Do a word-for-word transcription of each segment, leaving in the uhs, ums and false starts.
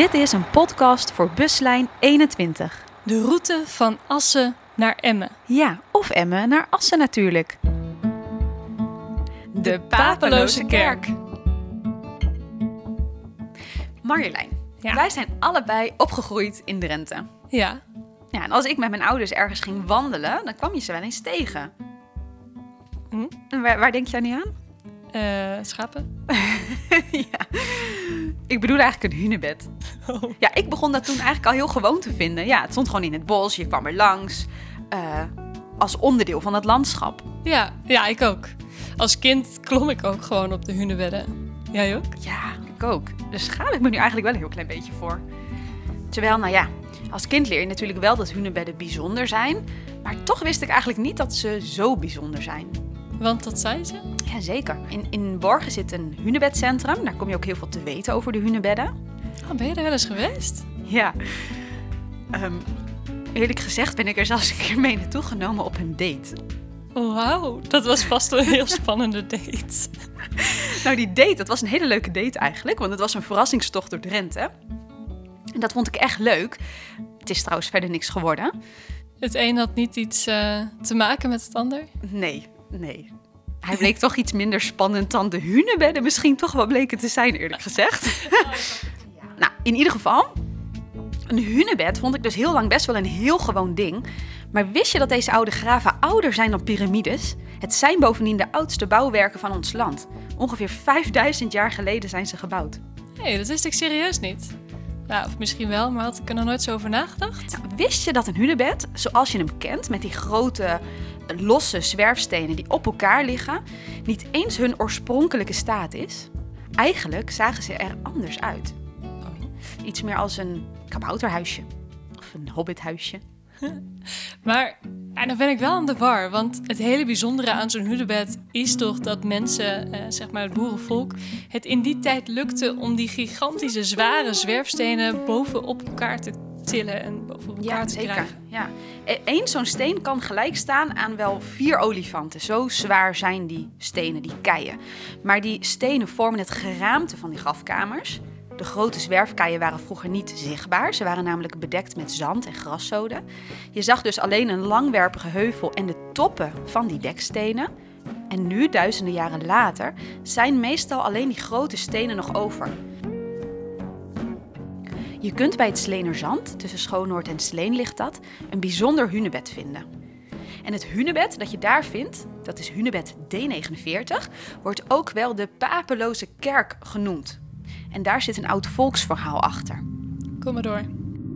Dit is een podcast voor buslijn eenentwintig. De route van Assen naar Emmen. Ja, of Emmen naar Assen natuurlijk. De Papeloze Kerk. Marjolein, Ja. wij zijn allebei opgegroeid in Drenthe. Ja. Ja, en als ik met mijn ouders ergens ging wandelen, dan kwam je ze wel eens tegen. Hm? En waar, waar denk jij nu aan? Uh, schapen? Ja. Ik bedoel eigenlijk een hunebed. Oh. Ja, ik begon dat toen eigenlijk al heel gewoon te vinden. Ja, het stond gewoon in het bos, je kwam er langs. Uh, als onderdeel van het landschap. Ja, ja, ik ook. Als kind klom ik ook gewoon op de hunebedden. Jij ook? Ja, ik ook. Dus schaam ik me nu eigenlijk wel een heel klein beetje voor. Terwijl, nou ja, als kind leer je natuurlijk wel dat hunebedden bijzonder zijn. Maar toch wist ik eigenlijk niet dat ze zo bijzonder zijn. Want dat zei ze? Jazeker. In, in Borgen zit een hunebedcentrum. Daar kom je ook heel veel te weten over de hunebedden. Oh, ben je er wel eens geweest? Ja. Um, eerlijk gezegd ben ik er zelfs een keer mee naartoe genomen op een date. Oh, wauw, dat was vast een heel spannende date. Nou, die date, dat was een hele leuke date eigenlijk. Want het was een verrassingstocht door Drenthe. En dat vond ik echt leuk. Het is trouwens verder niks geworden. Het een had niet iets uh, te maken met het ander? Nee, nee. Hij bleek toch iets minder spannend dan de hunebedden misschien toch wel bleken te zijn, eerlijk gezegd. Nou, in ieder geval, een hunebed vond ik dus heel lang best wel een heel gewoon ding. Maar wist je dat deze oude graven ouder zijn dan piramides? Het zijn bovendien de oudste bouwwerken van ons land. Ongeveer vijfduizend jaar geleden zijn ze gebouwd. Hé, hey, dat wist ik serieus niet. Nou, of misschien wel, maar had ik er nog nooit zo over nagedacht. Nou, wist je dat een hunebed, zoals je hem kent, met die grote losse zwerfstenen die op elkaar liggen, niet eens hun oorspronkelijke staat is? Eigenlijk zagen ze er anders uit. Oh. Iets meer als een kabouterhuisje of een hobbithuisje. Maar ja, dan ben ik wel aan de war, want het hele bijzondere aan zo'n hunebed is toch dat mensen, eh, zeg maar het boerenvolk, het in die tijd lukte om die gigantische zware zwerfstenen bovenop elkaar te tillen en bovenop elkaar ja, te zeker. krijgen. Ja, Eén zo'n steen kan gelijk staan aan wel vier olifanten. Zo zwaar zijn die stenen, die keien. Maar die stenen vormen het geraamte van die grafkamers. De grote zwerfkeien waren vroeger niet zichtbaar. Ze waren namelijk bedekt met zand en graszoden. Je zag dus alleen een langwerpige heuvel en de toppen van die dekstenen. En nu, duizenden jaren later, zijn meestal alleen die grote stenen nog over. Je kunt bij het Sleenerzand, tussen Schoonoord en Sleen ligt dat, een bijzonder hunebed vinden. En het hunebed dat je daar vindt, dat is hunebed D negenenveertig, wordt ook wel de Papeloze Kerk genoemd. En daar zit een oud volksverhaal achter. Kom maar door.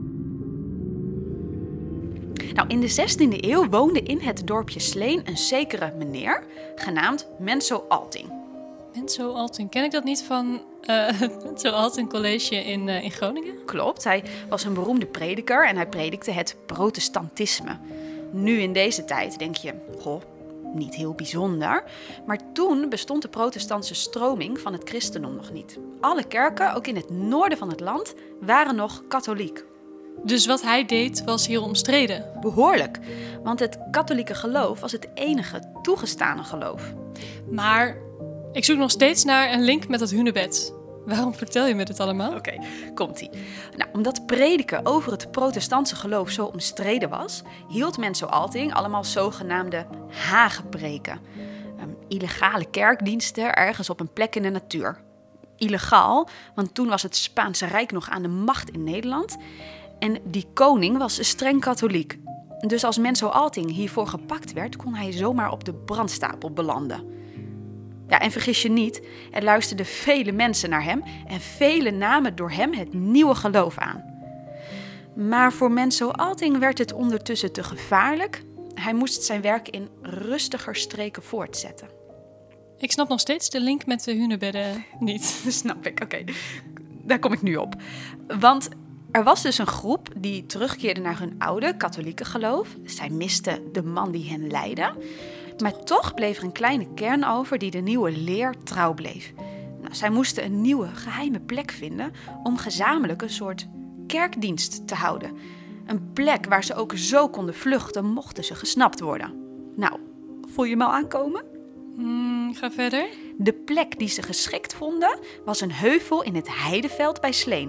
Nou, in de zestiende eeuw woonde in het dorpje Sleen een zekere meneer, genaamd Menso Alting. Menso Alting, ken ik dat niet van uh, het Menso Alting College in, uh, in Groningen? Klopt, hij was een beroemde prediker en hij predikte het protestantisme. Nu in deze tijd denk je, goh, niet heel bijzonder. Maar toen bestond de protestantse stroming van het christendom nog niet. Alle kerken, ook in het noorden van het land, waren nog katholiek. Dus wat hij deed was heel omstreden? Behoorlijk, want het katholieke geloof was het enige toegestane geloof. Maar ik zoek nog steeds naar een link met dat hunebed. Waarom vertel je me dit allemaal? Oké, okay, komt-ie. Nou, omdat prediken over het protestantse geloof zo omstreden was, hield Menso Alting allemaal zogenaamde hagepreken. Um, illegale kerkdiensten ergens op een plek in de natuur. Illegaal, want toen was het Spaanse Rijk nog aan de macht in Nederland. En die koning was streng katholiek. Dus als Menso Alting hiervoor gepakt werd, kon hij zomaar op de brandstapel belanden. Ja, en vergis je niet, er luisterden vele mensen naar hem en velen namen door hem het nieuwe geloof aan. Maar voor Menso Alting werd het ondertussen te gevaarlijk. Hij moest zijn werk in rustiger streken voortzetten. Ik snap nog steeds de link met de hunebedden niet. Snap ik, oké. Okay. Daar kom ik nu op. Want er was dus een groep die terugkeerde naar hun oude katholieke geloof. Zij misten de man die hen leidde. Maar toch bleef er een kleine kern over die de nieuwe leer trouw bleef. Nou, zij moesten een nieuwe geheime plek vinden om gezamenlijk een soort kerkdienst te houden. Een plek waar ze ook zo konden vluchten mochten ze gesnapt worden. Nou, voel je hem al aankomen? Hmm, ga verder. De plek die ze geschikt vonden was een heuvel in het heideveld bij Sleen.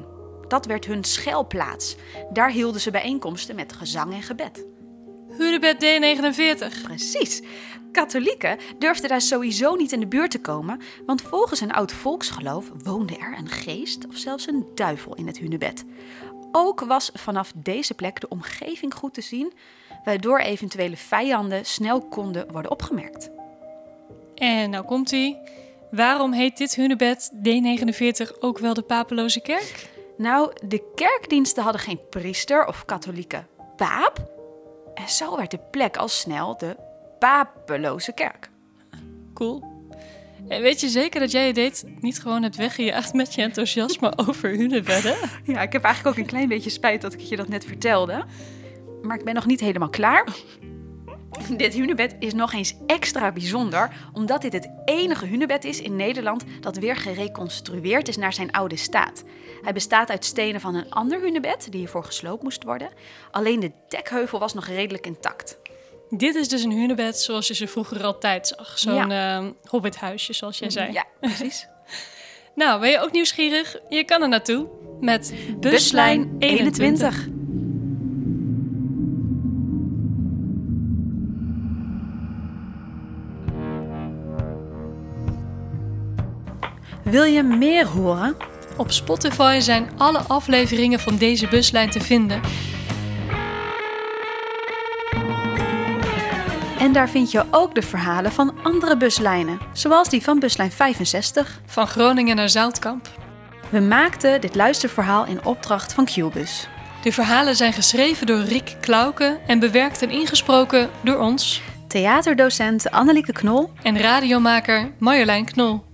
Dat werd hun schuilplaats. Daar hielden ze bijeenkomsten met gezang en gebed. Hunebed D negenenveertig. Precies. Katholieken durfden daar sowieso niet in de buurt te komen, want volgens een oud volksgeloof woonde er een geest of zelfs een duivel in het hunebed. Ook was vanaf deze plek de omgeving goed te zien, waardoor eventuele vijanden snel konden worden opgemerkt. En nou komt-ie. Waarom heet dit hunebed D negenenveertig ook wel de Papeloze Kerk? Nou, de kerkdiensten hadden geen priester of katholieke paap. En zo werd de plek al snel de Papeloze Kerk. Cool. En weet je zeker dat jij je date niet gewoon hebt weggejaagd met je enthousiasme over hunebedden? Ja, ik heb eigenlijk ook een klein beetje spijt dat ik je dat net vertelde. Maar ik ben nog niet helemaal klaar. Dit hunebed is nog eens extra bijzonder, omdat dit het enige hunebed is in Nederland dat weer gereconstrueerd is naar zijn oude staat. Hij bestaat uit stenen van een ander hunebed, die hiervoor gesloopt moest worden. Alleen de dekheuvel was nog redelijk intact. Dit is dus een hunebed zoals je ze vroeger altijd zag. Zo'n ja. uh, hobbithuisje, zoals jij zei. Ja, precies. Nou, ben je ook nieuwsgierig? Je kan er naartoe met Buslijn eenentwintig. Wil je meer horen? Op Spotify zijn alle afleveringen van deze buslijn te vinden. En daar vind je ook de verhalen van andere buslijnen, zoals die van buslijn vijfenzestig. Van Groningen naar Zoutkamp. We maakten dit luisterverhaal in opdracht van QBus. De verhalen zijn geschreven door Riek Klauke en bewerkt en ingesproken door ons. Theaterdocent Annelieke Knol en radiomaker Marjolein Knol.